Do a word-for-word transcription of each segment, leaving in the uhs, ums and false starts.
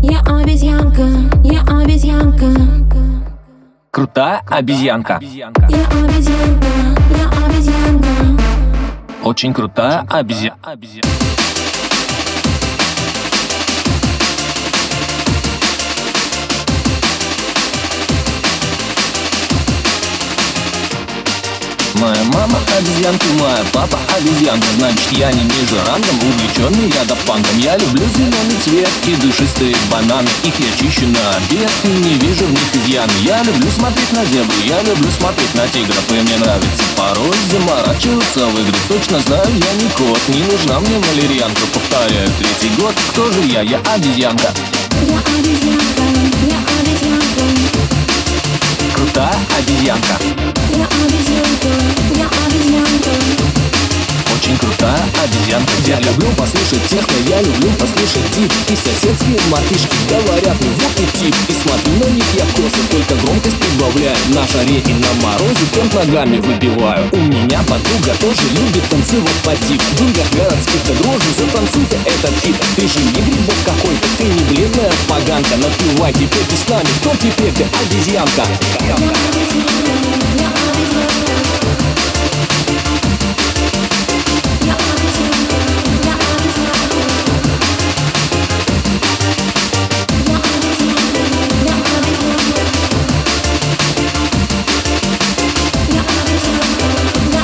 Я обезьянка, я обезьянка. Крутая обезьянка. Я обезьянка, я обезьянка. Очень крутая обезьянка. Моя мама обезьянка, моя папа обезьянка. Значит, я не ниже рангом, увлеченный я дафтпанком. Я люблю зеленый цвет и душистые бананы. Их я чищу на обед и не вижу в них изъяны. Я люблю смотреть на зебру, я люблю смотреть на тигров. И мне нравится порой заморачиваться в игры. Точно знаю, я не кот, не нужна мне валерьянка. Повторяю третий год, кто же я? Я обезьянка. Я обезьянка, я обезьянка. Крутая обезьянка. Я обезьянка, я обезьянка. Очень крутая обезьянка. Я люблю послушать техно, я люблю послушать дип. И соседские мартышки говорят мне вот и тип. И смотрю на них я косо, только громкость прибавляю. На жаре и на морозе темп ногами выбиваю. У меня подруга тоже любит танцевать по тип. В джунглях городских-то дрожи, затанцуй-то этот хит. Ты же не грибок какой-то, ты не бледная поганка. Напивайте, пейте с нами, кто теперь ты обезьянка? Я обезьянка, я обезьянка. Я обезьянка, я обезьянка. Я обезьянка, я обезьянка. Я обезьянка, я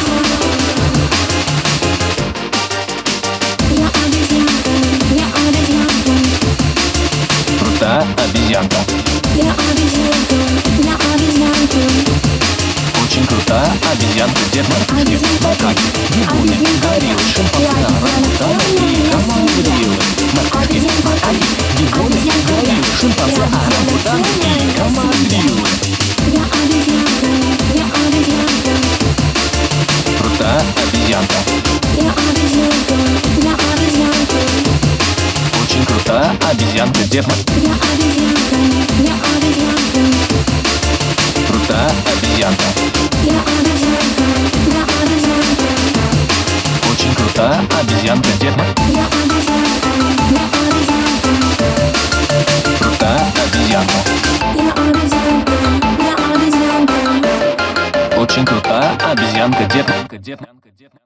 обезьянка. Я обезьянка, я обезьянка. Крутая обезьянка. Я обезьянка, я обезьянка. Очень крутая обезьянка. Дед мартышки, макаки, бегуны, гориллы, шимпанзе, орангутаны и командирилы. Мартышки, макаки, бегуны, гориллы, шимпанзе, орангутаны и командирилы. Я обезьянка, я обезьянка. Крутая обезьянка. Я обезьянка, я обезьянка. Очень крутая обезьянка. Дед мартышки. Я обезьянка, я обезьянка. Крутая обезьянка. Я обезьянка, я обезьянка. Очень крутая обезьянка. Дед мартышки. Я обезьянка, я обезьянка. Крутая обезьянка. Я обезьянка, я обезьянка. Очень крутая обезьянка. Дед мартышки.